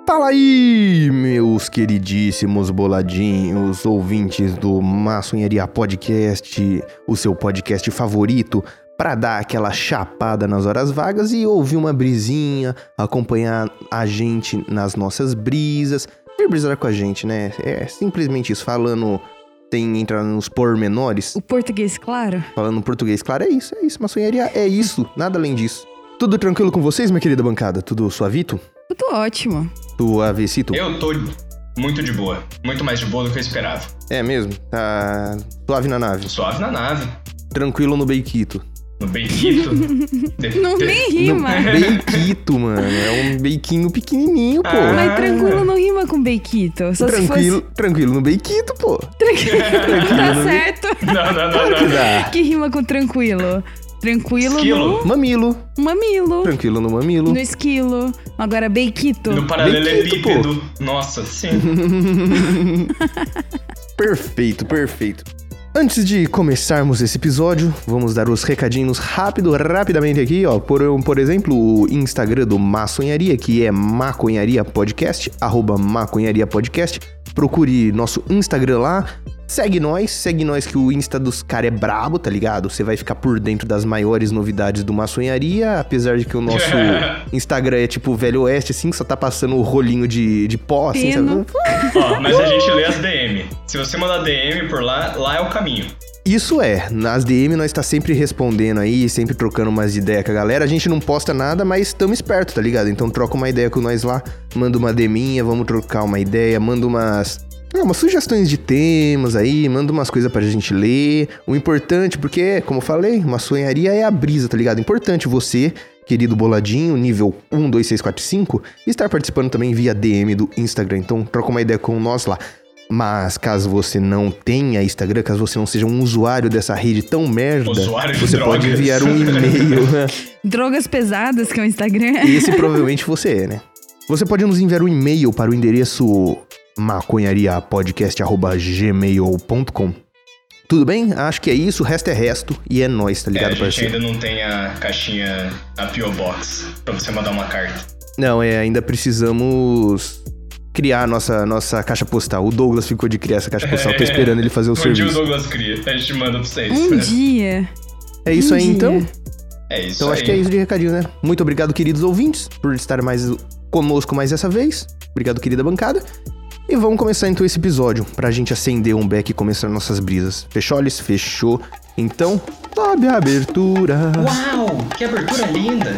Fala aí, meus queridíssimos boladinhos, ouvintes do Maçonharia Podcast, o seu podcast favorito, para dar aquela chapada nas horas vagas e ouvir uma brisinha, acompanhar a gente nas nossas brisas, vir brisar com a gente, né? É simplesmente isso, falando, entrar nos pormenores. O português claro? Falando português claro, é isso, maçonharia é isso, nada além disso. Tudo tranquilo com vocês, minha querida bancada? Tudo suavito? Tudo ótimo. Suavecito? Eu tô muito de boa. Muito mais de boa do que eu esperava. É mesmo? Tá suave na nave? Suave na nave. Tranquilo no beiquito? No beiquito? Não nem rima. Beiquito, mano. É um beiquinho pequenininho, pô. Mas tranquilo não rima com beiquito. Só Tranquilo no beiquito, pô. Tranquilo tá certo. Não. Que rima com tranquilo? Tranquilo Esquilo. no... Mamilo. Tranquilo no mamilo. No esquilo. Agora beiquito. No paralelepípedo. Nossa, sim. Perfeito. Antes de começarmos esse episódio, vamos dar os recadinhos rapidamente aqui, ó. Por exemplo, o Instagram do Maçonharia, que é Maconharia Podcast, @Maconharia Podcast. Procure nosso Instagram lá. Segue nós que o Insta dos caras é brabo, tá ligado? Você vai ficar por dentro das maiores novidades do Maçonharia, apesar de que o nosso Instagram é tipo Velho Oeste, assim, que só tá passando o rolinho de pó, assim, sabe? Ó, mas a gente lê as DM. Se você mandar DM por lá é o caminho. Isso é, nas DM nós tá sempre respondendo aí, sempre trocando umas ideias com a galera. A gente não posta nada, mas tamo esperto, tá ligado? Então troca uma ideia com nós lá, manda uma DMinha, vamos trocar uma ideia, manda umas sugestões de temas aí, manda umas coisas pra gente ler. O importante, porque, como eu falei, maçonharia é a brisa, tá ligado? Importante você, querido boladinho, nível 1, 2, 6, 4, 5, estar participando também via DM do Instagram. Então troca uma ideia com nós lá. Mas caso você não tenha Instagram, caso você não seja um usuário dessa rede tão merda, você pode enviar um e-mail. Drogas pesadas, que é o Instagram. Esse provavelmente você é, né? Você pode nos enviar um e-mail para o endereço maconhariapodcast@gmail.com. Tudo bem? Acho que é isso, o resto é resto e é nóis, tá ligado, parceiro? A gente ainda não tem a caixinha, a P.O. Box, pra você mandar uma carta. Não, ainda precisamos criar a nossa caixa postal. O Douglas ficou de criar essa caixa postal, tô esperando ele fazer o serviço. Um dia o Douglas cria, a gente manda pra vocês. Um dia. É isso aí, então? É isso então aí. Acho que é isso de recadinho, né? Muito obrigado, queridos ouvintes, por estar mais conosco mais essa vez. Obrigado, querida bancada. E vamos começar então esse episódio, pra gente acender um beck e começar nossas brisas. Fechou, Alice? Fechou. Então, sobe a abertura. Uau, que abertura linda.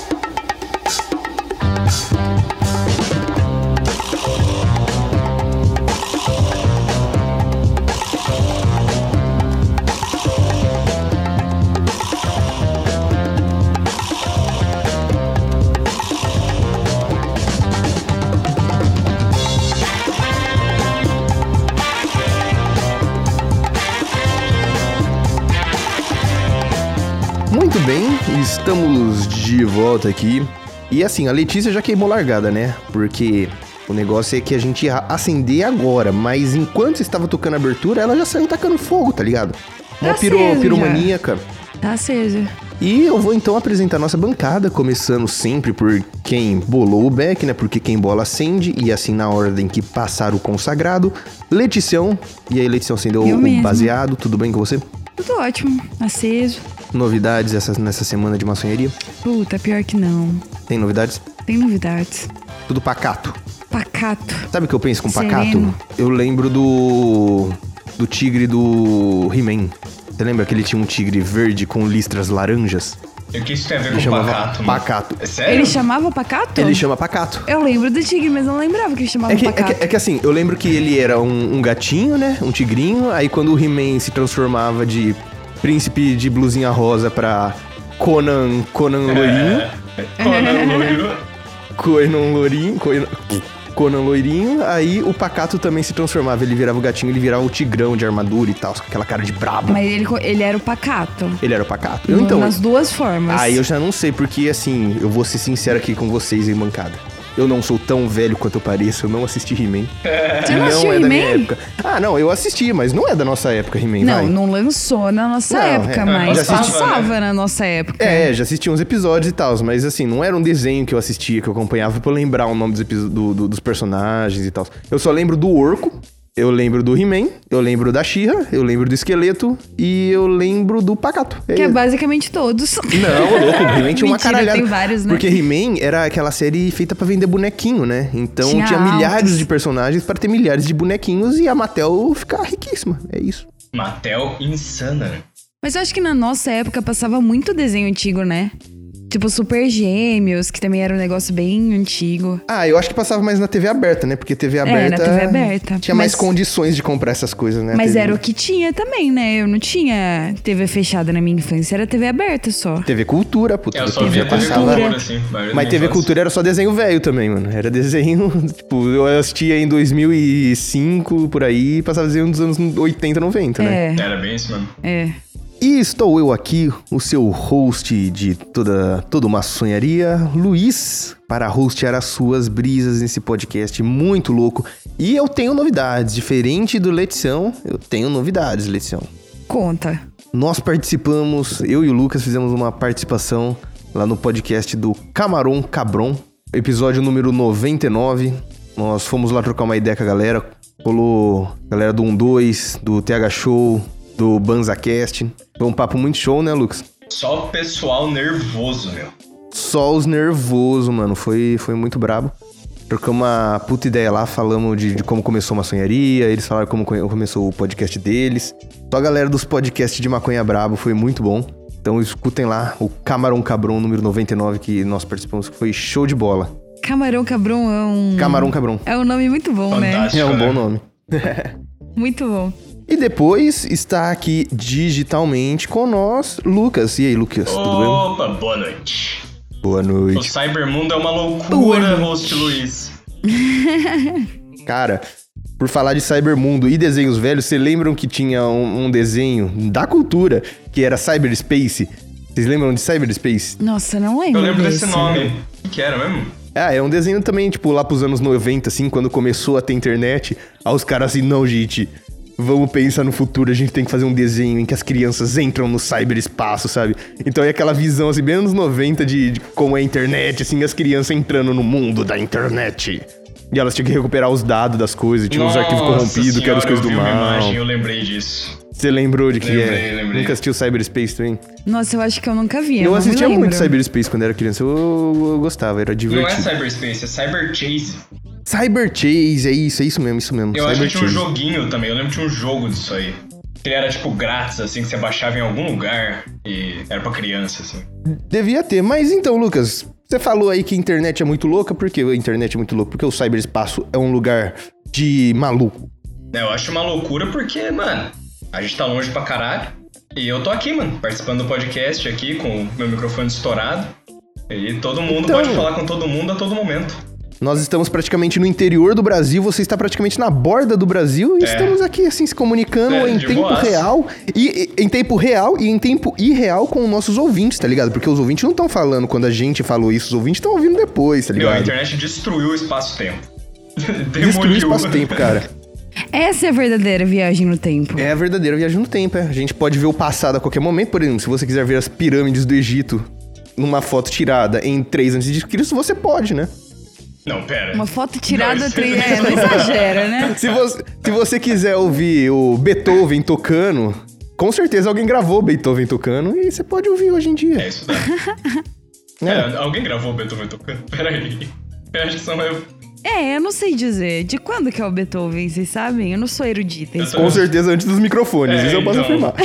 Muito bem, estamos de volta aqui. E assim, a Letícia já queimou largada, né? Porque o negócio é que a gente ia acender agora, mas enquanto estava tocando a abertura, ela já saiu tacando fogo, tá ligado? Uma piromaníaca. Tá acesa. E eu vou então apresentar a nossa bancada, começando sempre por quem bolou o beck, né? Porque quem bola acende, e assim na ordem que passar o consagrado. Leticião. E aí, Leticião, acendeu o baseado, tudo bem com você? Tudo ótimo, aceso. Novidades nessa semana de maçonharia? Puta, pior que não. Tem novidades? Tem novidades. Tudo pacato. Pacato. Sabe o que eu penso com Sereno. pacato? Eu lembro do tigre do He-Man. Você lembra que ele tinha um tigre verde com listras laranjas? E o que isso tem a ver Ele com chamava pacato? Pacato. É sério? Ele chamava Pacato? Ele chama Pacato. Eu lembro do tigre, mas não lembrava que ele chamava Pacato. É que assim, eu lembro que ele era um gatinho, né? Um tigrinho. Aí quando o He-Man se transformava de príncipe de blusinha rosa pra Conan loirinho. Conan loirinho. Aí o Pacato também se transformava. Ele virava o gatinho, ele virava o tigrão de armadura e tal, com aquela cara de brabo. Mas ele era o Pacato. Ele era o Pacato. Nas duas formas. Aí eu já não sei, porque assim, eu vou ser sincero aqui com vocês, hein, bancada. Eu não sou tão velho quanto eu pareço, eu não assisti He-Man. Você não assistiu é da minha He-Man? época. Ah, não, eu assisti, mas não é da nossa época He-Man, vai. Não lançou na nossa Não, época, é, mas já assisti- passava na nossa época. Já assisti uns episódios e tal, mas assim, não era um desenho que eu assistia, que eu acompanhava pra eu lembrar o nome dos personagens e tal. Eu só lembro do Orco, eu lembro do He-Man, eu lembro da She-Ra, eu lembro do Esqueleto e eu lembro do Pacato. Que é basicamente todos. Não, louco, o He-Man tinha uma Mentira, caralhada. tem vários, né? Porque He-Man era aquela série feita pra vender bonequinho, né? Então Tinha tinha milhares altos. de personagens para ter milhares de bonequinhos e a Mattel ficar riquíssima. É isso. Mattel insana. Mas eu acho que na nossa época passava muito desenho antigo, né? Tipo Super Gêmeos, que também era um negócio bem antigo. Ah, eu acho que passava mais na TV aberta, né? Porque TV aberta... na TV aberta. Tinha mais Mas- condições de comprar essas coisas, né? Mas TV... era o que tinha também, né? Eu não tinha TV fechada na minha infância, era TV aberta só. TV Cultura, puta. Eu só via TV passava... Cultura, assim. maioria da Mas minha TV infância. Cultura era só desenho velho também, mano. Era desenho, tipo, eu assistia em 2005, por aí, passava desenho dos anos 80, 90, né? É, Era bem isso, mano. é. E estou eu aqui, o seu host de toda uma sonharia, Luiz, para hostear as suas brisas nesse podcast muito louco. E eu tenho novidades, diferente do Letição, eu tenho novidades, Letição. Conta. Nós participamos, eu e o Lucas fizemos uma participação lá no podcast do Camarão Cabron, episódio número 99. Nós fomos lá trocar uma ideia com a galera, rolou a galera do 12, do TH Show, do BanzaCast. Foi um papo muito show, né, Lucas? Só pessoal nervoso, meu. Só os nervosos, mano. Foi muito brabo. Trocamos uma puta ideia lá, falamos de como começou a maçonharia, eles falaram como começou o podcast deles. Só a galera dos podcasts de Maconha Brabo, foi muito bom. Então escutem lá o Camarão Cabron número 99 que nós participamos, que foi show de bola. Camarão Cabron é um... Camarão Cabron. É um nome muito bom, Fantástico. É um né? bom nome. né? Muito bom. E depois está aqui digitalmente com nós, Lucas. E aí, Lucas, tudo bem? Opa, boa noite. Boa O noite. Cybermundo é uma Boa loucura, noite. host Luiz. Cara, por falar de Cybermundo e desenhos velhos, vocês lembram que tinha um desenho da cultura que era Cyberspace? Vocês lembram de Cyberspace? Nossa, não lembro Eu lembro desse desse. nome. O que era mesmo? Ah, é um desenho também, tipo, lá pros anos 90, assim, quando começou a ter internet. Aí os caras assim, não, gente, vamos pensar no futuro, a gente tem que fazer um desenho em que as crianças entram no cyberespaço, sabe? Então é aquela visão, assim, bem anos 90 de como é a internet, assim, as crianças entrando no mundo da internet. E elas tinham que recuperar os dados das coisas, tinha uns arquivos corrompidos, que eram as coisas do eu vi uma mal. imagem, eu lembrei disso. Você lembrou de que Lembrei. Nunca assistiu Cyberspace também? Nossa, eu acho que eu nunca vi. Eu não assistia me muito lembro. Cyberspace quando era criança, eu gostava, era Não é divertido. Cyberspace, é Cyber Chase. Cyber Chase, é isso mesmo. Eu acho Cyber que tinha um Chase. joguinho também, eu lembro que tinha um jogo disso aí. Que ele era tipo grátis, assim, que você baixava em algum lugar e era pra criança, assim. Devia ter, mas então, Lucas, você falou aí que a internet é muito louca, por que a internet é muito louca? Porque o cyberespaço é um lugar de maluco. Eu acho uma loucura porque, mano, a gente tá longe pra caralho. E eu tô aqui, mano, participando do podcast aqui com o meu microfone estourado. E todo mundo Então- pode falar com todo mundo a todo momento. Nós estamos praticamente no interior do Brasil, você está praticamente na borda do Brasil e estamos aqui, assim, se comunicando em de tempo boaça. real. E em tempo real e em tempo irreal com os nossos ouvintes, tá ligado? Porque os ouvintes não estão falando quando a gente falou isso, os ouvintes estão ouvindo depois, tá Meu, a ligado? internet destruiu o espaço-tempo. Destruiu o espaço-tempo, cara. Essa é a verdadeira viagem no tempo. É a verdadeira viagem no tempo, é. A gente pode ver o passado a qualquer momento, por exemplo, se você quiser ver as pirâmides do Egito numa foto tirada em 3 a.C., você pode, né? Não, pera. Uma foto tirada... Não, isso não exagera, né? Se você quiser ouvir o Beethoven tocando, com certeza alguém gravou Beethoven tocando e você pode ouvir hoje em dia. É isso daí. Pera, alguém gravou o Beethoven tocando? Pera aí. Eu acho que são eu. Eu não sei dizer. De quando que é o Beethoven, vocês sabem? Eu não sou erudita. Eu isso. também. Com certeza antes dos microfones, isso eu posso então. afirmar.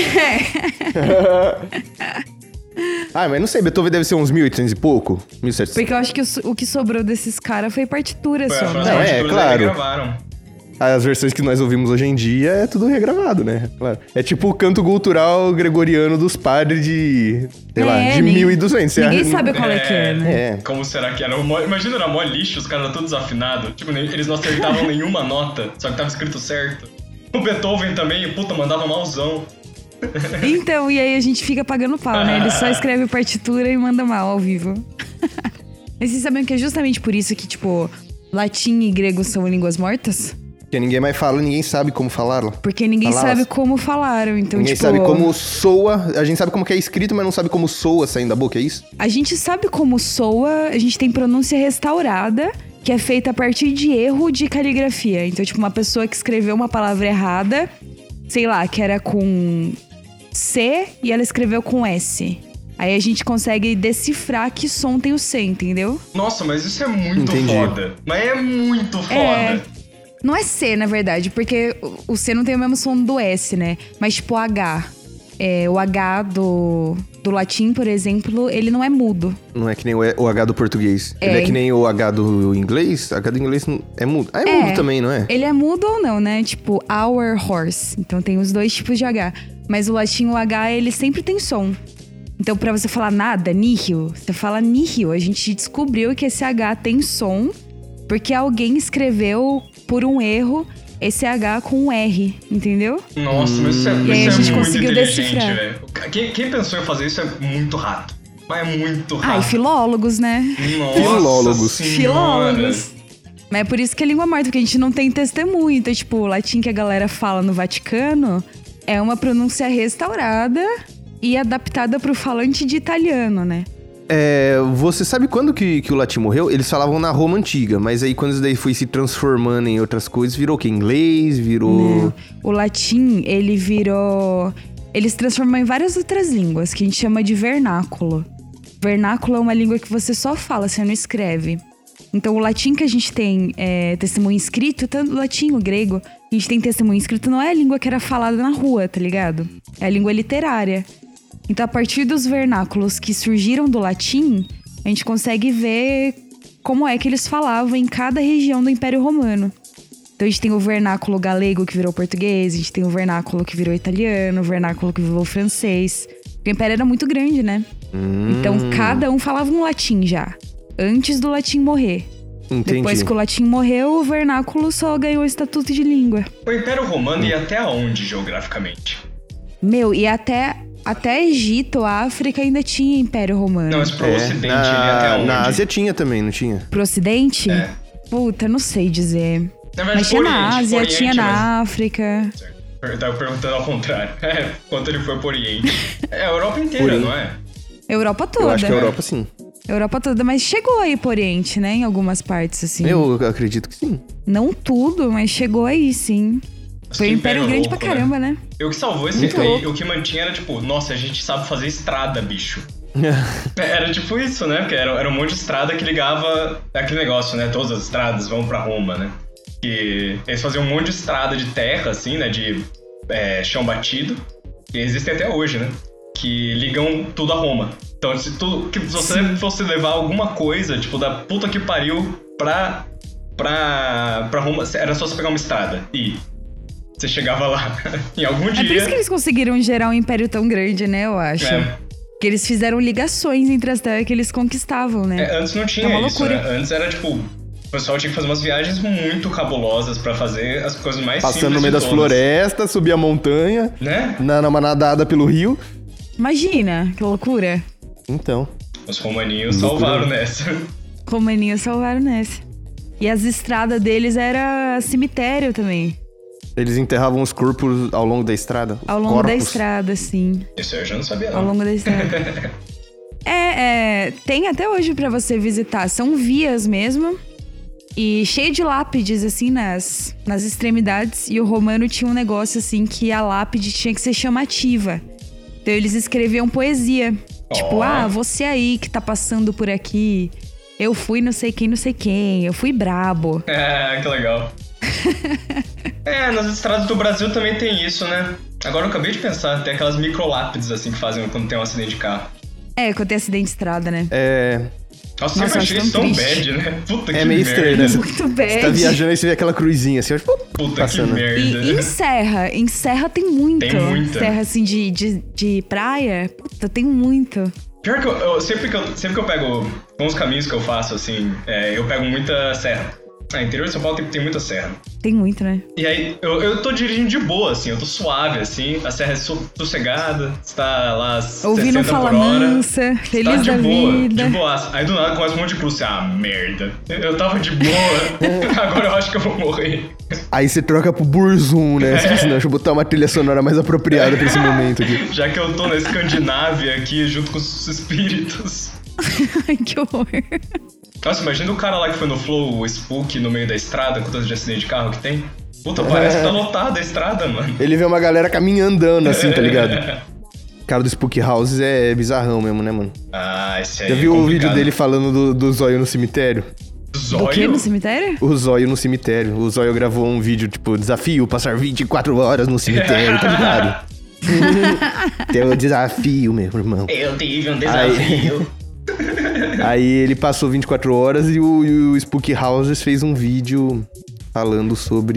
Ah, mas não sei, Beethoven deve ser uns 1800 e pouco? 1700. Porque eu acho que o que sobrou desses caras foi partitura Foi só. a né? Não, frase claro. gravaram. As versões que nós ouvimos hoje em dia é tudo regravado, né? Claro. É tipo o canto cultural gregoriano dos padres de, sei lá, de ninguém- 1200. Ninguém sabe qual é que é, né? É. Como será que era? Imagina, era mó lixo, os caras eram todos desafinados. Tipo, eles não acertavam nenhuma nota, só que tava escrito certo. O Beethoven também, puta, mandava malzão. Então, e aí a gente fica pagando pau, né? Ele só escreve partitura e manda mal ao vivo. Mas vocês sabem que é justamente por isso que, tipo, latim e grego são línguas mortas? Porque ninguém mais fala, ninguém sabe como falar. Porque ninguém sabe como falaram, então, ninguém tipo... sabe como soa, a gente sabe como que é escrito, mas não sabe como soa saindo da boca, é isso? A gente sabe como soa, a gente tem pronúncia restaurada, que é feita a partir de erro de caligrafia. Então, tipo, uma pessoa que escreveu uma palavra errada, sei lá, que era com C e ela escreveu com S. Aí a gente consegue decifrar que som tem o C, entendeu? Nossa, mas isso é muito foda. Mas é muito foda. Não é C, na verdade, porque o C não tem o mesmo som do S, né? Mas tipo o H. O H do latim, por exemplo, ele não é mudo. Não é que nem o H do português. Ele é que nem o H do inglês. H do inglês é mudo. Ah, é mudo também, não é? Ele é mudo ou não, né? Tipo, our horse. Então tem os dois tipos de H. Mas o latim, o H, ele sempre tem som. Então pra você falar nada, nihil, você fala nihil. A gente descobriu que esse H tem som porque alguém escreveu por um erro esse H com um R, entendeu? Nossa, mas isso é e aí a gente muito conseguiu inteligente, decifrar. velho. Quem pensou em fazer isso é muito rato. Mas é muito rato. E filólogos, né? Nossa Filólogos. Filólogos. Mas é por isso que é língua morta, porque a gente não tem testemunho. Então, tipo, o latim que a galera fala no Vaticano é uma pronúncia restaurada e adaptada pro falante de italiano, né? Você sabe quando que o latim morreu? Eles falavam na Roma Antiga, mas aí quando isso daí foi se transformando em outras coisas, virou o quê? Inglês? Virou... Não. O latim, ele virou... Ele se transformou em várias outras línguas, que a gente chama de vernáculo. Vernáculo é uma língua que você só fala, você não escreve. Então, o latim que a gente tem testemunho escrito, tanto o latim, o grego, a gente tem testemunho escrito, não é a língua que era falada na rua, tá ligado? É a língua literária. Então, a partir dos vernáculos que surgiram do latim, a gente consegue ver como é que eles falavam em cada região do Império Romano. Então, a gente tem o vernáculo galego que virou português, a gente tem o vernáculo que virou italiano, o vernáculo que virou francês. Porque o Império era muito grande, né? Então, cada um falava um latim já, antes do latim morrer. Entendi. Depois que o latim morreu, o vernáculo só ganhou o estatuto de língua. O Império Romano ia até onde, geograficamente? E até Egito, África ainda tinha Império Romano. Não, mas pro Ocidente ele ia até onde? Na Ásia tinha também, não tinha? Pro Ocidente? Puta, não sei dizer. Mas tinha na Ásia, tinha na África. Certo. Eu tava perguntando ao contrário. Quanto ele foi pro Oriente. A Europa inteira, não é? Europa toda. Eu acho que a Europa sim. Europa toda, mas chegou aí pro Oriente, né? Em algumas partes, assim. Eu acredito que sim. Não tudo, mas chegou aí, sim. Foi um império grande pra caramba, né? O que salvou esse aí, o que mantinha era tipo, nossa, a gente sabe fazer estrada, bicho. Era tipo isso, né? Porque era um monte de estrada que ligava aquele negócio, né? Todas as estradas vão pra Roma, né? Que eles faziam um monte de estrada de terra, assim, né? De chão batido. E existem até hoje, né? Que ligam tudo a Roma. Então, se você fosse levar alguma coisa, tipo, da puta que pariu pra Roma, era só você pegar uma estrada e você chegava lá em algum dia. É por isso que eles conseguiram gerar um império tão grande, né, eu acho. Que eles fizeram ligações entre as terras que eles conquistavam, né? Antes não tinha isso, né? Antes era tipo, o pessoal tinha que fazer umas viagens muito cabulosas pra fazer as coisas mais simples. Passando no meio das florestas, subir a montanha, né? Numa nadada pelo rio. Imagina, que loucura. Então. Os romaninhos salvaram nessa. Romaninhos salvaram nessa. E as estradas deles era cemitério também. Eles enterravam os corpos ao longo da estrada? Ao longo da estrada, sim. Isso eu já não sabia, não. Ao longo da estrada. Tem até hoje pra você visitar. São vias mesmo. E cheio de lápides, assim, nas extremidades. E o romano tinha um negócio, assim, que a lápide tinha que ser chamativa. Então eles escreviam poesia. Tipo, você aí que tá passando por aqui. Eu fui não sei quem. Eu fui brabo. Que legal. Nas estradas do Brasil também tem isso, né? Agora eu acabei de pensar, tem aquelas microlápides assim que fazem quando tem um acidente de carro. Quando tem acidente de estrada, né? Nossa, eu achei isso tão bad, né? Puta que merda. É meio estranho, né? Muito bad. Você tá viajando e você vê aquela cruzinha assim, tipo, puta passando. Que merda. E em serra tem muito. Tem muita. Serra assim de praia, puta, tem muito. Pior que eu sempre que eu pego uns caminhos que eu faço, assim, eu pego muita serra. Interior de São Paulo tem muita serra. Tem muito, né? E aí, eu tô dirigindo de boa, assim, eu tô suave, assim, a serra é sossegada, você tá lá ouvindo 60 fala por hora, mansa, feliz tá de da boa, vida. De boa. Aí do nada começa um monte de cruz, merda. Eu tava de boa, agora eu acho que eu vou morrer. Aí você troca pro Burzum, né? Você fala assim, não, deixa eu botar uma trilha sonora mais apropriada pra esse momento aqui. Já que eu tô na Escandinávia aqui, junto com os espíritos. Ai, que horror. Nossa, imagina o cara lá que foi no Flow, o Spook, no meio da estrada, com tanto de acidente de carro que tem. Puta, parece que tá lotada a estrada, mano. Ele vê uma galera caminhando, andando assim, tá ligado? O cara do Spook House é bizarrão mesmo, né, mano? Esse aí já viu o vídeo dele falando do zóio no cemitério? Do que no cemitério? O zóio no cemitério. O zóio gravou um vídeo, tipo, desafio, passar 24 horas no cemitério, tá ligado? Tem um desafio, meu irmão. Eu tive um desafio. Aí ele passou 24 horas e o Spook Houses fez um vídeo falando sobre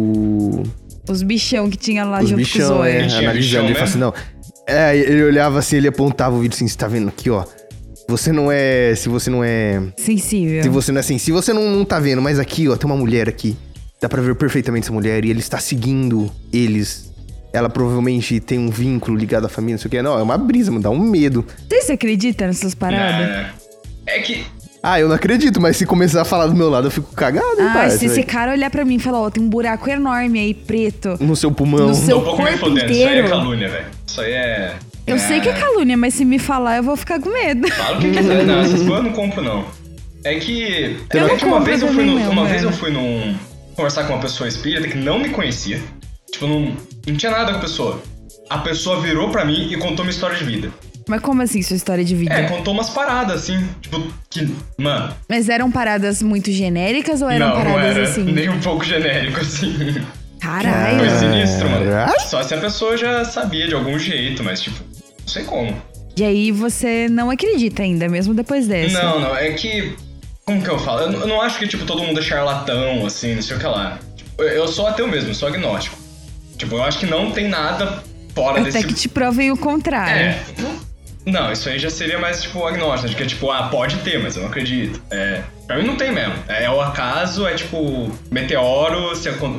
os bichão que tinha lá junto com o zóio. Analisando. Ele falou assim, não... ele olhava assim, ele apontava o vídeo assim, você tá vendo aqui, ó. Você não é... Se você não é... Sensível. Se você não é sensível, você não tá vendo. Mas aqui, ó, tem uma mulher aqui. Dá pra ver perfeitamente essa mulher. E ele está seguindo eles. Ela provavelmente tem um vínculo ligado à família, não sei o que. Não, é uma brisa, mano, dá um medo. Você acredita nessas paradas? É que... eu não acredito, mas se começar a falar do meu lado, eu fico cagado, parça. Se esse cara olhar pra mim e falar, tem um buraco enorme aí, preto. No seu pulmão. No seu corpo inteiro. Isso aí é calúnia, velho. Isso aí é... Eu sei que é calúnia, mas se me falar, eu vou ficar com medo. Fala o que quiser. Não, essas coisas eu não compro, não. É que uma vez eu fui conversar com uma pessoa espírita que não me conhecia. Tipo, não tinha nada com a pessoa. A pessoa virou pra mim e contou uma história de vida. Mas como assim, sua história de vida? Contou umas paradas, assim, tipo, que, mano... Mas eram paradas muito genéricas ou eram paradas não era assim? Nem um pouco genérico, assim. Caralho. Foi sinistro, mano. Só se a pessoa já sabia de algum jeito, mas, tipo, não sei como. E aí você não acredita ainda, mesmo depois dessa? Não, é que... Como que eu falo? Eu não acho que, tipo, todo mundo é charlatão, assim, não sei o que lá. Tipo, eu sou ateu mesmo, eu sou agnóstico. Tipo, eu acho que não tem nada fora desse... Até que te provem o contrário. Não, isso aí já seria mais, tipo, agnóstico. De que, tipo, pode ter, mas eu não acredito. Pra mim não tem mesmo. É o acaso, tipo, meteoro,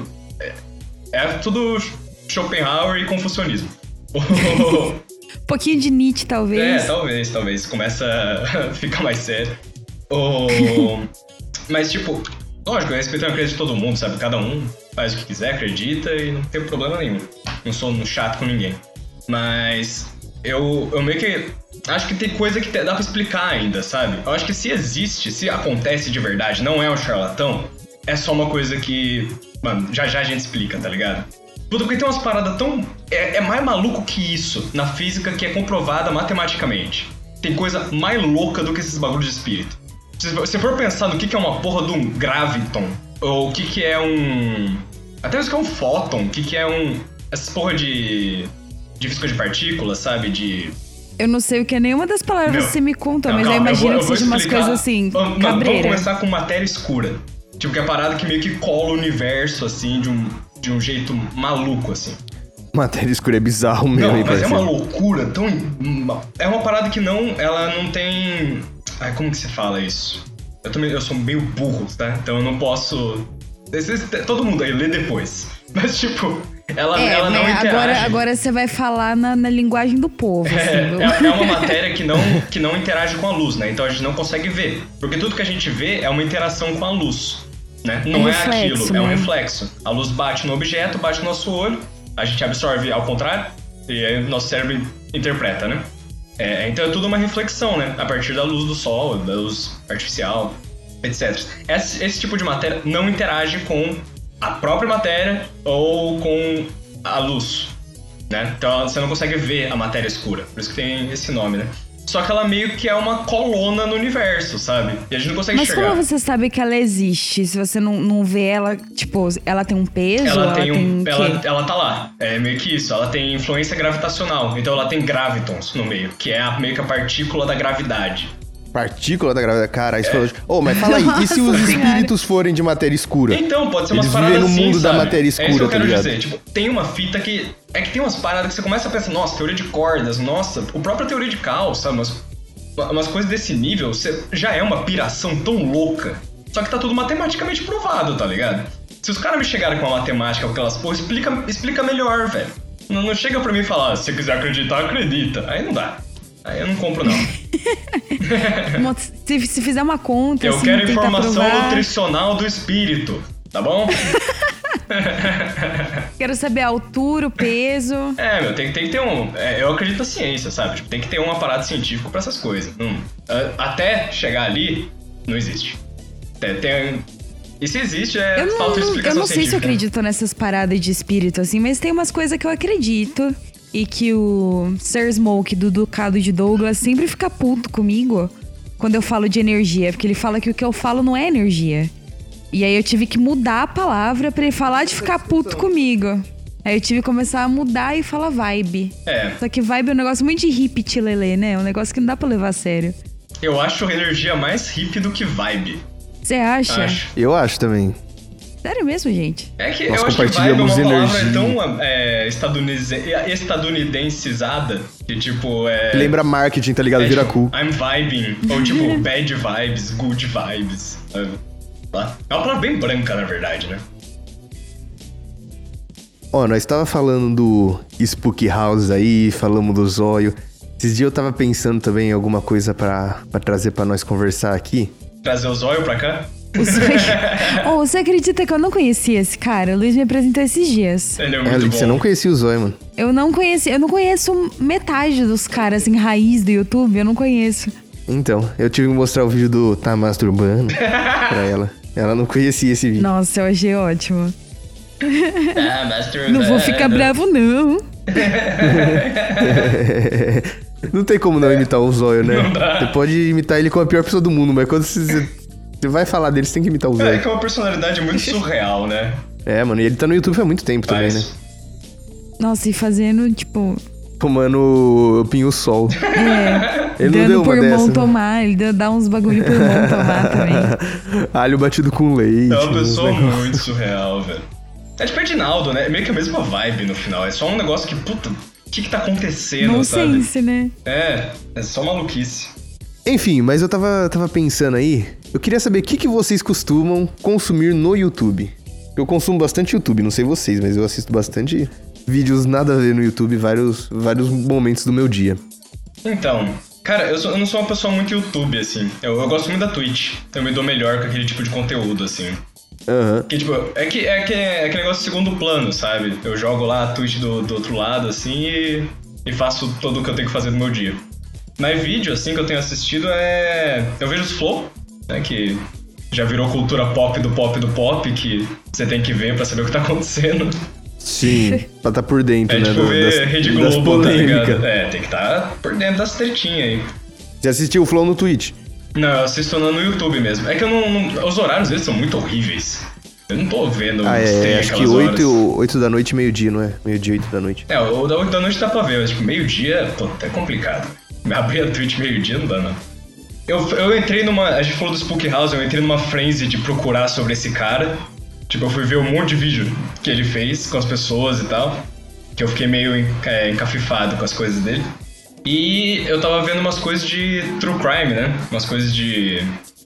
é tudo Schopenhauer e confucionismo. Um pouquinho de Nietzsche, talvez. Talvez. Começa a ficar mais sério. Mas, tipo, lógico, eu respeito a crença de todo mundo, sabe? Cada um faz o que quiser, acredita e não tem problema nenhum. Não sou chato com ninguém. Mas eu meio que acho que tem coisa que dá pra explicar ainda, sabe? Eu acho que se existe, se acontece de verdade, não é um charlatão, é só uma coisa que, mano, já a gente explica, tá ligado? Puta, porque tem umas paradas tão... É mais maluco que isso na física que é comprovada matematicamente. Tem coisa mais louca do que esses bagulhos de espírito. Se você for pensar no que é uma porra de um graviton, ou o que é um... Até mesmo que é um fóton, o que é um... Essas porra de física de partículas, sabe? Eu não sei o que é nenhuma das palavras que você me conta, mas eu imagino que seja umas coisas assim, cabreira. Vamos começar com matéria escura. Tipo, que é a parada que meio que cola o universo, assim, de um jeito maluco, assim. Matéria escura é bizarro mesmo. Não, mas é uma loucura tão... É uma parada que ela não tem... Ai, como que se fala isso? Eu sou meio burro, tá? Então eu não posso... Todo mundo aí lê depois. Mas, tipo, ela não interage. Agora você vai falar na linguagem do povo. Assim, é uma matéria que não interage com a luz, né? Então a gente não consegue ver. Porque tudo que a gente vê é uma interação com a luz, né? Não reflexo, aquilo, é um reflexo. A luz bate no objeto, bate no nosso olho, a gente absorve ao contrário, e aí o nosso cérebro interpreta, né? Então é tudo uma reflexão, né? A partir da luz do sol, da luz artificial, etc. Esse tipo de matéria não interage com a própria matéria ou com a luz, né? Então você não consegue ver a matéria escura, por isso que tem esse nome, né? Só que ela meio que é uma colona no universo, sabe? E a gente não consegue enxergar. Mas como você sabe que ela existe? Se você não vê ela, tipo, ela tem um peso? Ela tá lá. É meio que isso. Ela tem influência gravitacional. Então ela tem gravitons no meio, que é meio que a partícula da gravidade. Partícula da gravidade? Cara, isso falou... Mas fala aí, nossa, e se os espíritos forem de matéria escura? Então, pode ser umas paradas assim, Eles vivem no mundo da matéria escura, é isso que eu quero tá dizer. Tipo, tem uma fita que... É que tem umas paradas que você começa a pensar, nossa, teoria de cordas, nossa, o próprio teoria de caos, sabe? Umas coisas desse nível, já é uma piração tão louca Só que tá tudo matematicamente provado, tá ligado? Se os caras me chegarem com a matemática, com aquelas porra, explica melhor, velho. Não chega pra mim e falar, se você quiser acreditar, acredita. Aí não dá. Aí eu não compro, não. se fizer uma conta, eu assim, quero informação nutricional do espírito, tá bom? Quero saber a altura, o peso. Meu, tem que ter um... eu acredito na ciência, sabe? Tipo, tem que ter um aparato científico pra essas coisas. Até chegar ali, não existe. E se existe, falta de explicação científica. Eu não sei se eu acredito nessas paradas de espírito, assim, mas tem umas coisas que eu acredito. E que o Sir Smoke do Ducado de Douglas sempre fica puto comigo quando eu falo de energia. Porque ele fala que o que eu falo não é energia. E aí eu tive que mudar a palavra pra ele falar de ficar puto comigo. Aí eu tive que começar a mudar e falar vibe. Só que vibe é um negócio muito de hippie tilelê, né? É um negócio que não dá pra levar a sério. Eu acho energia mais hippie do que vibe. Você acha? Eu acho também. Sério mesmo, gente? É que eu acho que vibe é uma palavra tão estadunidencizada que, tipo, lembra marketing, tá ligado? Vira tipo, cool. I'm vibing. Ou, tipo, bad vibes, good vibes. É uma palavra bem branca, na verdade, né? Nós tava falando do Spook House aí, falamos do zóio. Esses dias eu tava pensando também em alguma coisa pra trazer pra nós conversar aqui. Trazer o zóio pra cá? Você acredita que eu não conhecia esse cara? O Luiz me apresentou esses dias. Ele é muito bom. Você não conhecia o zóio, mano? Eu não conheço metade dos caras, assim, raiz do YouTube, eu não conheço. Então, eu tive que mostrar o vídeo do Tá Masturbando pra ela. Ela não conhecia esse vídeo. Nossa, eu achei ótimo. Tá masturbando. Não vou ficar bravo, não. Não tem como não imitar o zóio, né? Não dá. Você pode imitar ele como a pior pessoa do mundo, mas quando você vai falar dele, você tem que imitar o zóio. É que é uma personalidade muito surreal, né? Mano, e ele tá no YouTube há muito tempo também, né? Nossa, e fazendo, tipo... Tomando pinho-sol. Ele dando não deu uma por dessa, mão né? tomar, ele dá uns bagulho por mão tomar também. Alho batido com leite. É uma pessoa muito surreal, velho. É tipo Edinaldo, né? É meio que a mesma vibe no final. É só um negócio que, puta, o que tá acontecendo, sabe? Nonsense, né? É só maluquice. Enfim, mas eu tava pensando aí, eu queria saber o que vocês costumam consumir no YouTube. Eu consumo bastante YouTube, não sei vocês, mas eu assisto bastante vídeos nada a ver no YouTube, vários momentos do meu dia. Então, cara, eu não sou uma pessoa muito YouTube, assim. Eu gosto muito da Twitch. Eu me dou melhor com aquele tipo de conteúdo, assim. Que, tipo, é aquele negócio de segundo plano, sabe? Eu jogo lá a Twitch do outro lado, assim, e faço tudo o que eu tenho que fazer no meu dia. Mas vídeo, assim, que eu tenho assistido eu vejo os Flow, né, que já virou cultura pop, que você tem que ver pra saber o que tá acontecendo. Sim, pra tá por dentro, né? Tipo, ver Rede Globo, tá ligado? Tem que tá por dentro das tretinhas aí. Você assistiu o Flow no Twitch? Não, eu assisto no YouTube mesmo. É que eu não os horários deles são muito horríveis. Eu não tô vendo os acho que 8 da noite e meio-dia, não é? Meio-dia, 8 da noite. O da 8 da noite dá pra ver, mas tipo, meio-dia, é complicado. Abrir a Twitch meio-dia não dá, não. Eu entrei numa... A gente falou do Spook House, eu entrei numa frenzy de procurar sobre esse cara. Tipo, eu fui ver um monte de vídeo que ele fez com as pessoas e tal. Que eu fiquei meio encafifado com as coisas dele. E eu tava vendo umas coisas de true crime, né? Umas coisas de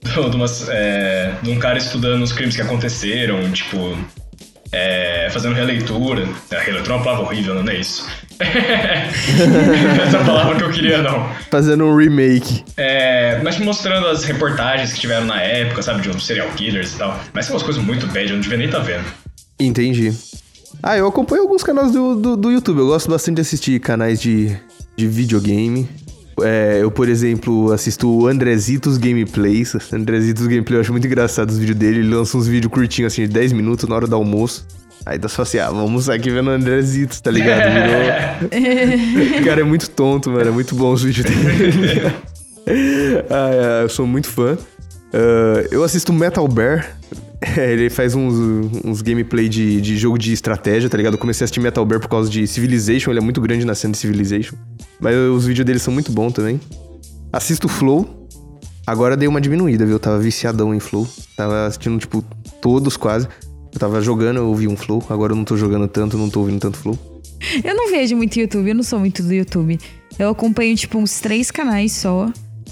um cara estudando os crimes que aconteceram, tipo... fazendo releitura. Releitura é uma palavra horrível, não é isso? Essa palavra que eu queria, não. Fazendo um remake. Mas mostrando as reportagens que tiveram na época, sabe? De uns serial killers e tal. Mas são umas coisas muito bad, eu não devia nem estar vendo. Entendi. Eu acompanho alguns canais do YouTube. Eu gosto bastante de assistir canais de videogame. Eu, por exemplo, assisto o Andrezitos Gameplays. Andrezitos Gameplay, eu acho muito engraçado os vídeos dele. Ele lança uns vídeos curtinhos, assim, de 10 minutos na hora do almoço. Aí dá só assim, vamos aqui vendo o Andrezitos, tá ligado? O cara é muito tonto, mano. É muito bom os vídeos dele. Eu sou muito fã. Eu assisto Metal Bear. Ele faz uns gameplay de jogo de estratégia, tá ligado? Eu comecei a assistir Metal Bear por causa de Civilization. Ele é muito grande na cena de Civilization. Mas os vídeos dele são muito bons também. Assisto Flow. Agora dei uma diminuída, viu? Eu tava viciadão em Flow. Tava assistindo, tipo, todos quase. Eu tava jogando, eu ouvi um Flow. Agora eu não tô jogando tanto, não tô ouvindo tanto Flow. Eu não vejo muito YouTube, eu não sou muito do YouTube. Eu acompanho, tipo, uns 3 canais só.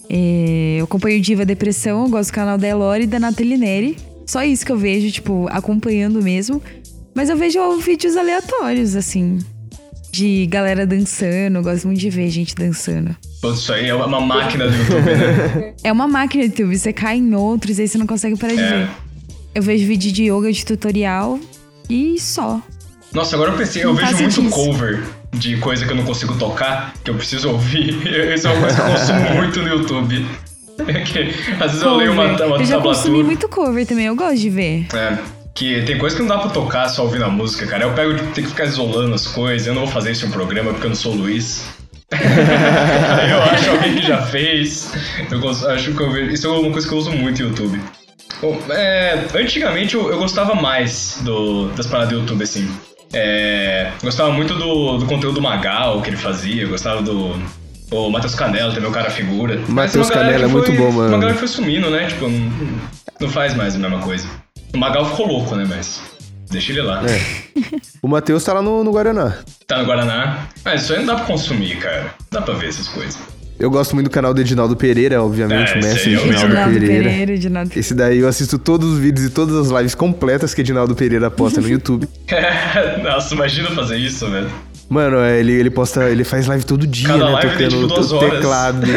Eu acompanho Diva Depressão, eu gosto do canal da Elore e da Nathalie Neri. Só isso que eu vejo, tipo, acompanhando mesmo. Mas eu vejo vídeos aleatórios, assim, de galera dançando. Eu gosto muito de ver gente dançando. Isso aí é uma máquina do YouTube, né? É uma máquina do YouTube, você cai em outros e aí você não consegue parar de ver. Eu vejo vídeo de yoga, de tutorial e só. Nossa, agora eu pensei, eu vejo muito cover de coisa que eu não consigo tocar, que eu preciso ouvir. Isso é uma coisa que eu consumo muito no YouTube. Às vezes eu leio uma tablatura. Eu já consumi muito cover também, eu gosto de ver. Que tem coisa que não dá pra tocar só ouvindo a música, cara. Eu pego, tenho que ficar isolando as coisas. Eu não vou fazer isso em um programa porque eu não sou o Luiz. Aí eu acho alguém que já fez. Acho que eu vejo. Isso é uma coisa que eu uso muito no YouTube. Bom, antigamente eu gostava mais das paradas do YouTube, assim. Gostava muito do conteúdo do Magal que ele fazia. Eu gostava do... O Matheus Canella também, o cara figura. Matheus Canella é muito bom, mano. Uma galera foi sumindo, né? Tipo, não faz mais a mesma coisa. O Magal ficou louco, né? Mas deixa ele lá. O Matheus tá lá no Guaraná. Tá no Guaraná. Mas isso aí não dá pra consumir, cara. Não dá pra ver essas coisas. Eu gosto muito do canal do Edinaldo Pereira, obviamente, o mestre Edinaldo Pereira. Esse daí eu assisto todos os vídeos e todas as lives completas que Edinaldo Pereira posta no YouTube. Nossa, imagina fazer isso, velho. Mano, ele posta, ele faz live todo dia, cada né? Live Tocando tem, tipo, 2 horas. Teclado.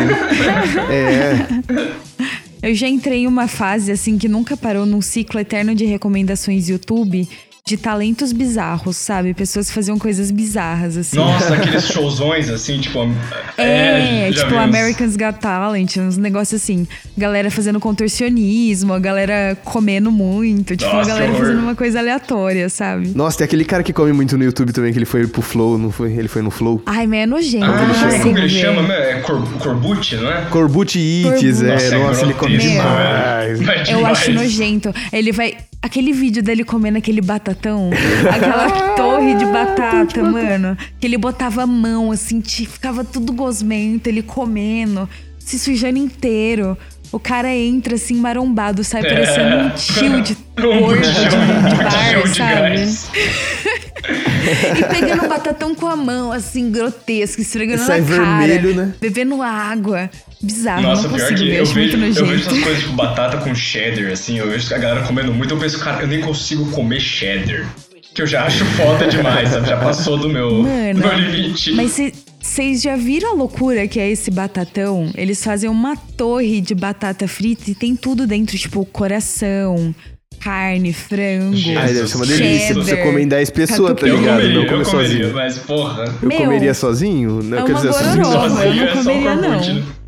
Eu já entrei em uma fase, assim, que nunca parou num ciclo eterno de recomendações YouTube de talentos bizarros, sabe? Pessoas que faziam coisas bizarras, assim. Nossa, aqueles showzões, assim, tipo... tipo American's Got Talent, uns negócios assim. Galera fazendo contorcionismo, a galera comendo muito. Tipo, Nossa, a galera fazendo uma coisa aleatória, sabe? Nossa, tem aquele cara que come muito no YouTube também, que ele foi pro Flow, não foi? Ele foi no Flow. Ai, mas é nojento. Como ele chama? É Corbucci, não é? Corbucci Eats, Nossa, ele come demais. Eu acho nojento. Ele vai... Aquele vídeo dele comendo aquele batatão, aquela torre de batata, mano, que ele botava a mão, assim, ficava tudo gosmento, ele comendo, se sujando inteiro. O cara entra, assim, marombado, sai parecendo um tio de gordo de bar, sabe? E pegando o batatão com a mão, assim, grotesco, esfregando na cara. Vermelho, né? Bebendo água. Bizarro, nossa, não pior consigo que ver, eu vejo essas coisas tipo batata com cheddar, assim, eu vejo a galera comendo muito, eu penso, cara, eu nem consigo comer cheddar. Que eu já acho foda demais, sabe? Já passou do meu limite. Mas vocês já viram a loucura que é esse batatão? Eles fazem uma torre de batata frita e tem tudo dentro, tipo coração, carne, frango, deve ser uma delícia. Você comer em 10 pessoas, tá ligado? Eu comeria, sozinho. Mas porra... Eu comeria sozinho? Não, quer dizer, sozinho eu não comeria, não.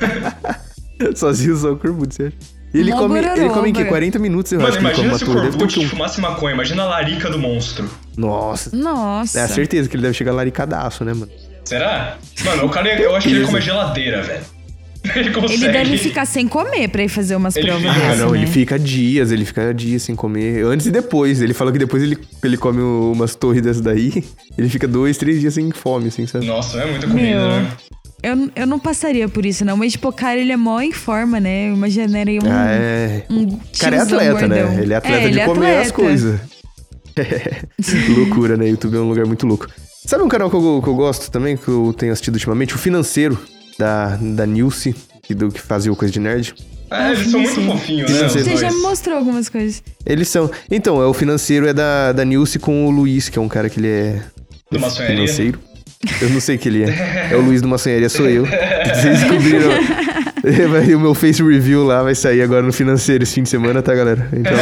Sozinho só o Corbucci, você acha? Ele come em que? 40 minutos, eu acho que ele come uma torre. Imagina se o Corbucci fumasse maconha, imagina a larica do monstro. Nossa. É a certeza que ele deve chegar laricadaço, né, mano? Será? Mano, o cara, eu acho que ele come geladeira, velho. Ele deve ficar sem comer pra ir fazer umas provas dessas, não, né? ele fica dias sem comer. Antes e depois. Ele falou que depois ele come umas torres dessas daí, ele fica 2, 3 dias sem fome, assim, sabe? Nossa, é muita comida, né? Eu não passaria por isso, não. Mas, tipo, cara, ele é mó em forma, né? Eu imaginaria um cara é atleta, gordão. Né? Ele é atleta de comer as coisas. Loucura, né? YouTube é um lugar muito louco. Sabe um canal que eu gosto também, que eu tenho assistido ultimamente? O Financeiro, da Nilce, que fazia o Coisa de Nerd. Eles são muito fofinhos, né? Você já me mostrou algumas coisas. Eles são. Então, o Financeiro é da Nilce com o Luiz, que é um cara que ele é do maçonharia. Financeiro. Eu não sei o que ele é. É o Luiz do Maçonharia, sou eu. Vocês descobriram. O meu face review lá vai sair agora no Financeiro esse fim de semana, tá, galera? Então...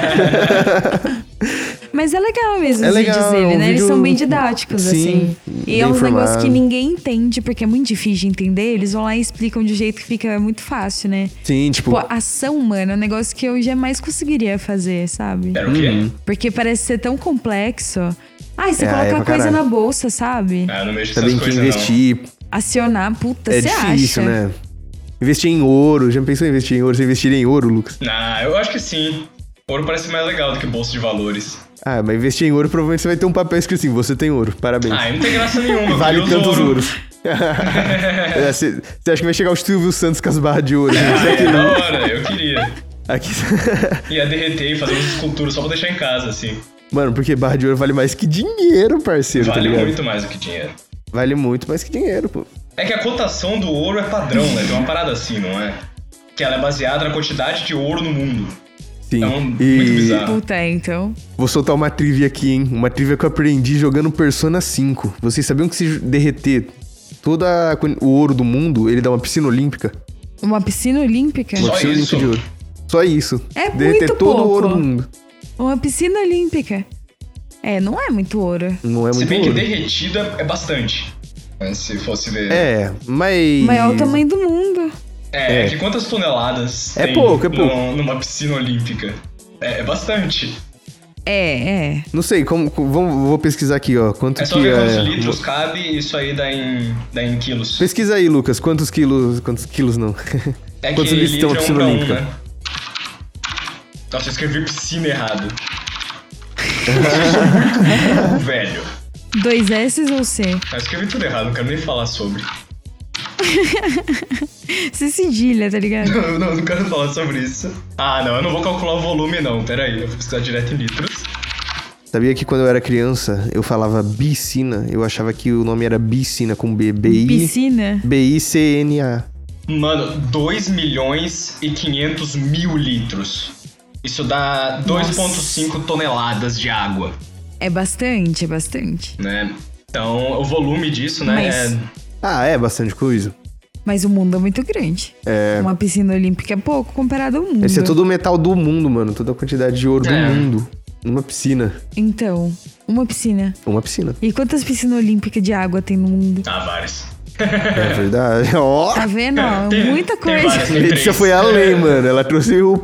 Mas é legal mesmo os vídeos dele, né? Eles são bem didáticos, assim. E é um negócio que ninguém entende, porque é muito difícil de entender. Eles vão lá e explicam de um jeito que fica muito fácil, né? Sim, tipo... ação humana é um negócio que eu jamais conseguiria fazer, sabe? Era o quê? Porque parece ser tão complexo. Você coloca coisa na bolsa, sabe? Não mexo com essas coisas, que investir. Não. Acionar, puta, você acha? É difícil, né? Investir em ouro. Já pensou em investir em ouro? Você investiria em ouro, Lucas? Eu acho que sim. Ouro parece mais legal do que bolsa de valores. Mas investir em ouro, provavelmente você vai ter um papel escrito assim, você tem ouro, parabéns. Não tem graça nenhuma. Vale tantos ouros. Você acha que vai chegar o Silvio Santos com as barras de ouro? Da hora, eu queria. Aqui... Ia derreter e fazer umas esculturas só pra deixar em casa, assim. Mano, porque barra de ouro vale mais que dinheiro, parceiro, tá ligado? Vale muito mais do que dinheiro. Vale muito mais que dinheiro, pô. É que a cotação do ouro é padrão, né? Tem uma parada assim, não é? Que ela é baseada na quantidade de ouro no mundo. Sim. Muito bizarro. Puta, então. Vou soltar uma trivia aqui, hein? Uma trivia que eu aprendi jogando Persona 5. Vocês sabiam que se derreter todo o ouro do mundo, ele dá uma piscina olímpica? Uma piscina olímpica? Uma piscina olímpica de ouro. Só isso. É derreter muito todo pouco. o ouro do mundo. Uma piscina olímpica. Não é muito ouro. Não é muito ouro. Se bem que derretido é bastante. Se fosse ver... mas... Maior o tamanho do mundo. É que quantas toneladas é tem pouco. Numa piscina olímpica? É bastante. Não sei, vou pesquisar aqui, ó. Quanto só que ver quantos litros cabe, isso aí dá em quilos. Pesquisa aí, Lucas. Quantos quilos não? Quantos litros tem uma piscina olímpica? Né? Nossa, eu escrevi piscina errado. Velho. 2 S ou C? Eu escrevi tudo errado, não quero nem falar sobre. Você cedilha, tá ligado? Não quero falar sobre isso. Não, eu não vou calcular o volume não, peraí, eu vou pesquisar direto em litros. Sabia que quando eu era criança, eu falava bicina, eu achava que o nome era bicina com B, Piscina? B-I-C-N-A. Mano, 2.500.000 litros. Isso dá 2,5 toneladas de água. É bastante. Né? Então, o volume disso, né, é bastante coisa. Mas o mundo é muito grande. Uma piscina olímpica é pouco comparado ao mundo. Esse é todo o metal do mundo, mano. Toda a quantidade de ouro do mundo. Numa piscina. Então, uma piscina. Uma piscina. E quantas piscinas olímpicas de água tem no mundo? Várias. É verdade. Ó. Tá vendo? Muita coisa. A Letícia foi além, mano. Ela trouxe o...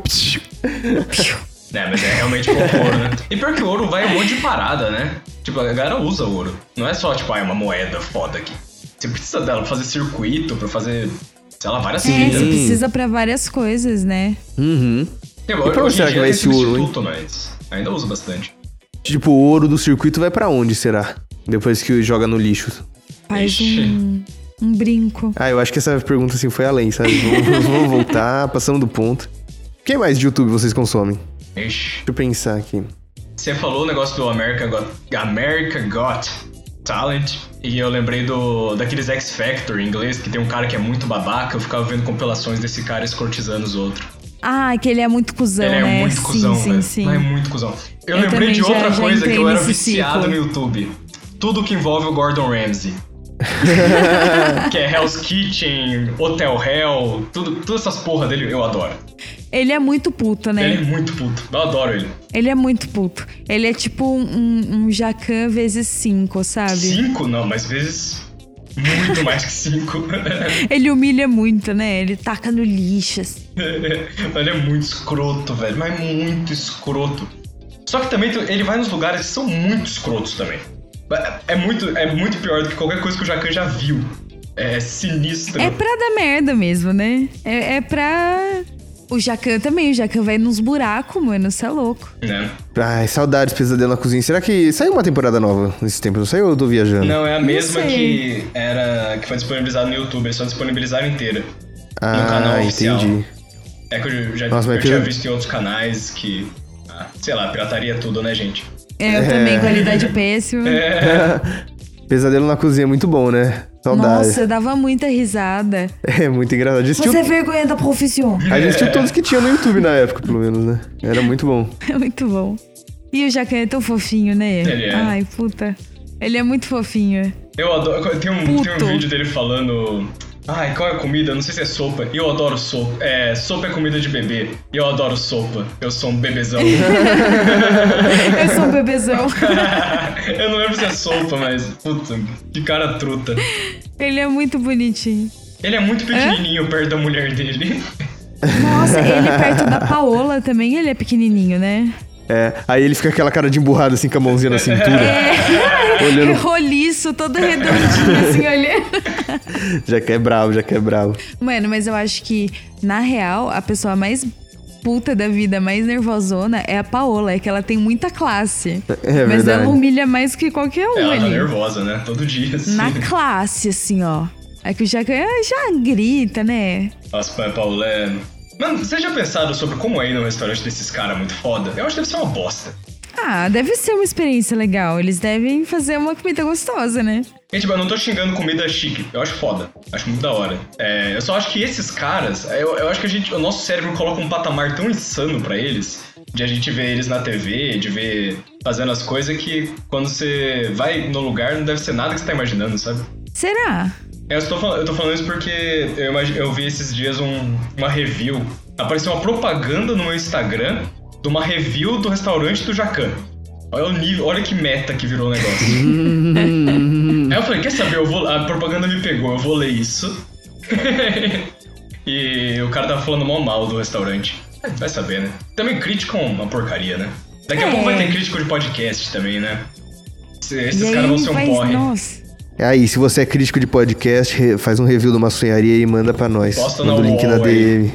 Mas é realmente pouco ouro, né? E pior que o ouro vai um monte de parada, né? Tipo, a galera usa ouro. Não é só, tipo, uma moeda foda aqui. Você precisa dela pra fazer circuito, pra fazer, sei lá, várias coisas. Você precisa pra várias coisas, né? Uhum. E pra onde será que vai esse ouro, hein? Mas ainda usa bastante. Tipo, o ouro do circuito vai pra onde, será? Depois que joga no lixo. Faz um brinco. Eu acho que essa pergunta, assim, foi além, sabe? Vamos voltar, passamos do ponto. O que mais de YouTube vocês consomem? Deixa eu pensar aqui. Você falou o negócio do America Got Talent, e eu lembrei daqueles X Factor em inglês, que tem um cara que é muito babaca, eu ficava vendo compilações desse cara escortizando os outros. Que ele é muito cuzão, né? Ele é muito cuzão, velho. Sim. É muito cuzão. Eu lembrei de outra coisa que eu era viciado no YouTube. Tudo que envolve o Gordon Ramsay. Que é Hell's Kitchen, Hotel Hell, todas essas porra dele eu adoro. Ele é muito puto, né? Ele é muito puto, eu adoro ele. Ele é muito puto. Ele é tipo um Jacan vezes 5, sabe? 5? Não, mas vezes muito mais que 5. Ele humilha muito, né? Ele taca no lixo, assim. Ele é muito escroto, velho, mas muito escroto. Só que também ele vai nos lugares que são muito escrotos também. É muito pior do que qualquer coisa que o Jacan já viu. É sinistro. É pra dar merda mesmo, né? É pra... O Jacan também. O Jacan vai nos buracos, mano. Você é louco. Saudades, Pesadelo na Cozinha. Será que saiu uma temporada nova nesse tempo? Não saiu ou eu tô viajando? Não, é a mesma que foi disponibilizada no YouTube. Eles só disponibilizaram inteira. No canal oficial. Entendi. É que eu já tinha visto em outros canais que... sei lá, pirataria é tudo, né, gente? Eu também, qualidade péssima. Pesadelo na Cozinha é muito bom, né? Saudade. Nossa, eu dava muita risada. É muito engraçado. Você é vergonha da profissão. A gente assistiu todos que tinha no YouTube na época, pelo menos, né? Era muito bom. É muito bom. E o Jacan é tão fofinho, né? Ele é. Ai, puta. Ele é muito fofinho. Eu adoro... Tem um vídeo dele falando... qual é a comida? Não sei se é sopa. Eu adoro sopa. Sopa é comida de bebê. Eu adoro sopa. Eu sou um bebezão. Eu sou um bebezão. Eu não lembro se é sopa, mas... Puta, que cara truta. Ele é muito bonitinho. Ele é muito pequenininho perto da mulher dele. Nossa, ele perto da Paola também, ele é pequenininho, né? Aí ele fica com aquela cara de emburrado, assim, com a mãozinha na cintura. Olhando... Roliço, todo redondinho, assim, olhando. Já que é bravo. Mano, mas eu acho que, na real, a pessoa mais puta da vida, mais nervosona, é a Paola. É que ela tem muita classe. Mas verdade. ela humilha mais que qualquer um ela ali. Ela tá nervosa, né? Todo dia, assim. Na classe, assim, ó. É que o Jacan já grita, né? Nossa, a Paola é... Mano, vocês já pensaram sobre como é ir num restaurante desses caras muito foda? Eu acho que deve ser uma bosta. Ah, deve ser uma experiência legal. Eles devem fazer uma comida gostosa, né? Gente, eu não tô xingando comida chique. Eu acho foda. Acho muito da hora. Eu só acho que esses caras... Eu acho que o nosso cérebro coloca um patamar tão insano pra eles, de a gente ver eles na TV, de ver fazendo as coisas, que quando você vai no lugar não deve ser nada que você tá imaginando, sabe? Será? Eu tô falando isso porque eu vi esses dias uma review. Apareceu uma propaganda no meu Instagram de uma review do restaurante do Jacan. Olha o nível, olha que meta que virou o negócio. Aí eu falei, quer saber, a propaganda me pegou, eu vou ler isso. E o cara tava falando mal do restaurante. Vai saber, né? Também crítico é uma porcaria, né? Daqui a pouco vai ter crítico de podcast também, né? Esses caras vão ser um porre. Nossa. Aí, se você é crítico de podcast, faz um review de maçonharia e manda pra nós. Posta manda o link na DM.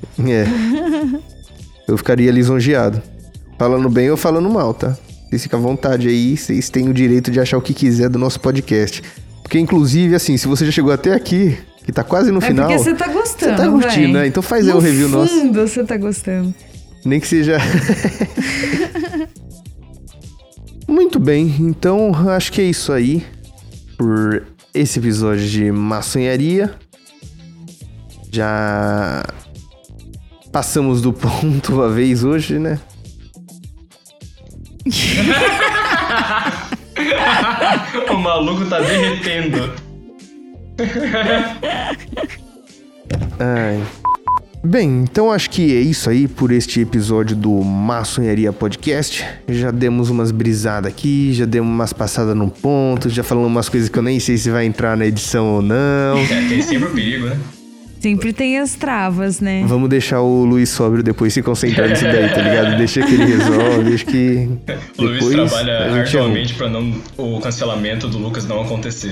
Eu ficaria lisonjeado. Falando bem ou falando mal, tá? Vocês ficam à vontade aí, vocês têm o direito de achar o que quiser do nosso podcast. Porque, inclusive, assim, se você já chegou até aqui, que tá quase no final... É porque você tá gostando, você tá curtindo, né? Então faz aí o review nosso. No fundo, você tá gostando. Nem que seja... Muito bem, então acho que é isso aí por esse episódio de maçonharia. Já passamos do ponto uma vez hoje, né? O maluco tá derretendo. Ai. Bem, então acho que é isso aí por este episódio do Maçonharia Podcast. Já demos umas brisadas aqui, já demos umas passadas no ponto, já falamos umas coisas que eu nem sei se vai entrar na edição ou não. Tem sempre o perigo, né? Sempre tem as travas, né? Vamos deixar o Luiz sóbrio depois se concentrar nisso daí, tá ligado? Deixa que ele resolve, deixa que... O Luiz trabalha arduamente pra o cancelamento do Lucas não acontecer.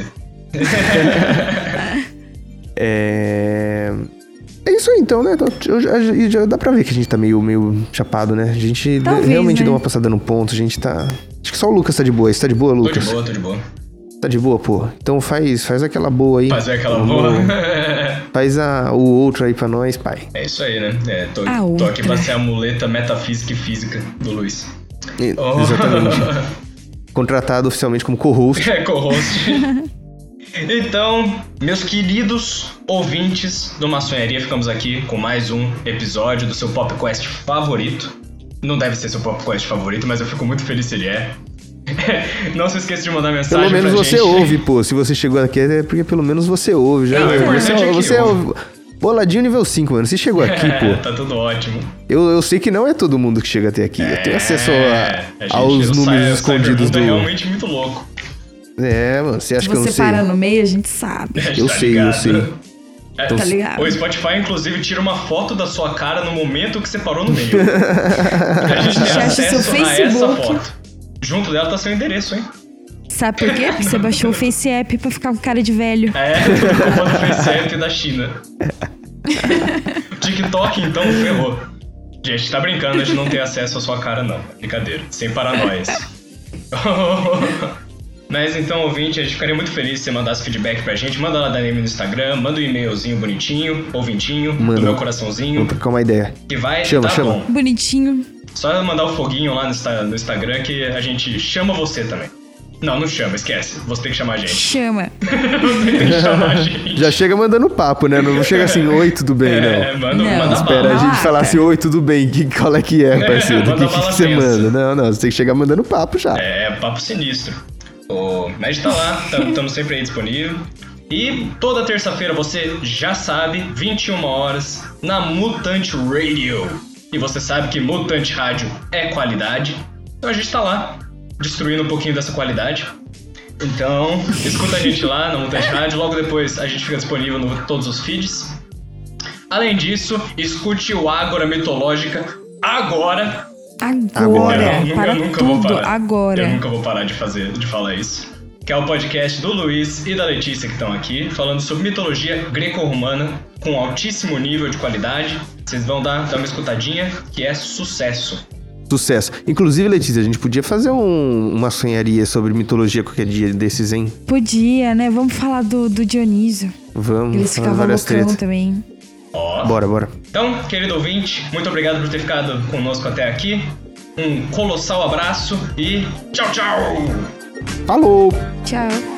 É isso aí então, né? Já dá pra ver que a gente tá meio chapado, né? A gente realmente deu uma passada no ponto, a gente tá... Acho que só o Lucas tá de boa. Você tá de boa, Lucas? Tô de boa. Tá de boa, pô? Então faz aquela boa aí. Fazer aquela boa. Faz o outro aí pra nós, pai. É isso aí, né? Tô aqui pra ser a muleta metafísica e física do Luiz. Exatamente. Contratado oficialmente como co-host. Co-host. Então, meus queridos ouvintes do Maçonharia, ficamos aqui com mais um episódio do seu PopQuest favorito. Não deve ser seu PopQuest favorito, mas eu fico muito feliz se ele é. Não se esqueça de mandar mensagem. Pelo menos pra você gente. Ouve, pô. Se você chegou aqui é porque pelo menos você ouve. Já, você é boladinho nível 5, mano. Você chegou aqui, pô. Tá tudo ótimo. Eu sei que não é todo mundo que chega até aqui. Eu tenho acesso aos números escondidos do... É realmente muito louco. Mano. Você acha que eu não sei? Se você para no meio, a gente sabe. Eu sei. Tá ligado? O Spotify, inclusive, tira uma foto da sua cara no momento que você parou no meio. A gente tem acesso a essa foto. Junto dela tá seu endereço, hein? Sabe por quê? Porque você baixou o Face App pra ficar com cara de velho. Por conta do Face App da China. TikTok, então, ferrou. Gente, tá brincando, a gente não tem acesso à sua cara, não. Brincadeira. Sem paranoias. Mas então, ouvinte, a gente ficaria muito feliz se você mandasse feedback pra gente. Manda lá da DM no Instagram, manda um e-mailzinho bonitinho, ouvintinho, do meu coraçãozinho. Vamos trocar uma ideia. Que vai chama. bom. Bonitinho. Só mandar o foguinho lá no Instagram que a gente chama você também. Não chama, esquece. Você tem que chamar a gente. Chama. Você tem que chamar a gente. Já chega mandando papo, né? Não chega assim, oi, tudo bem, não. Manda espera bala. a gente falar assim, oi, tudo bem. Qual é que é, parceiro? O que você manda? Não, você tem que chegar mandando papo já. Papo sinistro. Mas a gente tá lá, estamos sempre aí disponível. E toda terça-feira, você já sabe, 21 horas, na Mutante Radio. E você sabe que Mutante Rádio é qualidade. Então a gente tá lá, destruindo um pouquinho dessa qualidade. Então, escuta a gente lá na Mutante Rádio. Logo depois a gente fica disponível em todos os feeds. Além disso, escute o Ágora Mitológica agora. Eu nunca vou parar. Agora. Eu nunca vou parar de falar isso. Que é o podcast do Luiz e da Letícia que estão aqui, falando sobre mitologia greco-romana com altíssimo nível de qualidade. Vocês vão dar uma escutadinha, que é sucesso. Sucesso. Inclusive, Letícia, a gente podia fazer uma sonharia sobre mitologia qualquer dia desses, hein? Podia, né? Vamos falar do Dionísio. Vamos. Eles ficavam loucão também. Bora. Então, querido ouvinte, muito obrigado por ter ficado conosco até aqui. Um colossal abraço e tchau, tchau! Falou! Tchau!